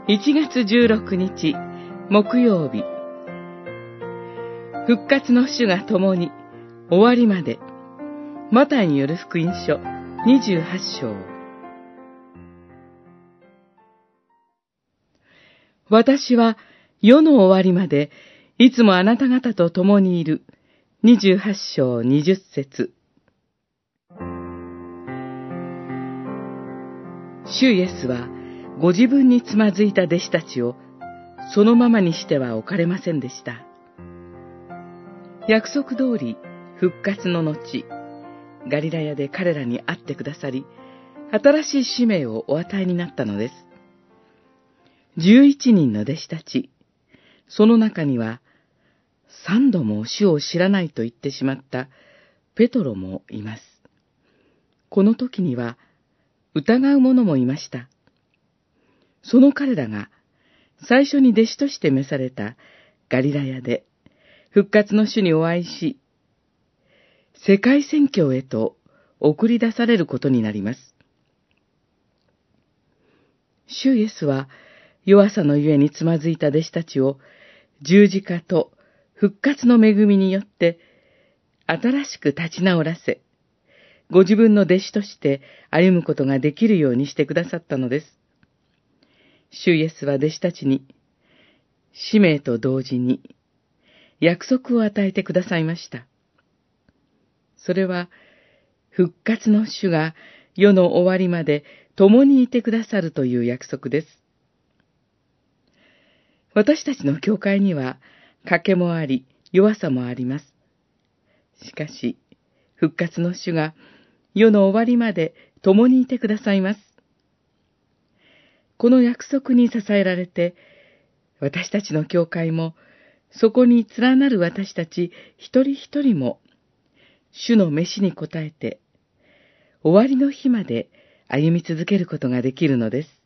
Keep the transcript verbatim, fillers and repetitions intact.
いちがつじゅうろくにち木曜日、復活の主が共に終わりまで。マタイによる福音書にじゅうはちしょう。私は世の終わりまでいつもあなた方と共にいる。にじゅうはちしょうにじゅっせつ。主イエスはご自分につまずいた弟子たちをそのままにしてはおかれませんでした。約束通り復活の後、ガリラヤで彼らに会ってくださり、新しい使命をお与えになったのです。十一人の弟子たち、その中には三度も主を知らないと言ってしまったペトロもいます。この時には疑う者もいました。その彼らが最初に弟子として召されたガリラヤで復活の主にお会いし、世界宣教へと送り出されることになります。主イエスは弱さのゆえにつまずいた弟子たちを十字架と復活の恵みによって新しく立ち直らせ、ご自分の弟子として歩むことができるようにしてくださったのです。主イエスは弟子たちに使命と同時に約束を与えてくださいました。それは復活の主が世の終わりまで共にいてくださるという約束です。私たちの教会には賭けもあり弱さもあります。しかし復活の主が世の終わりまで共にいてくださいます。この約束に支えられて、私たちの教会もそこに連なる私たち一人一人も主の召しに応えて、終わりの日まで歩み続けることができるのです。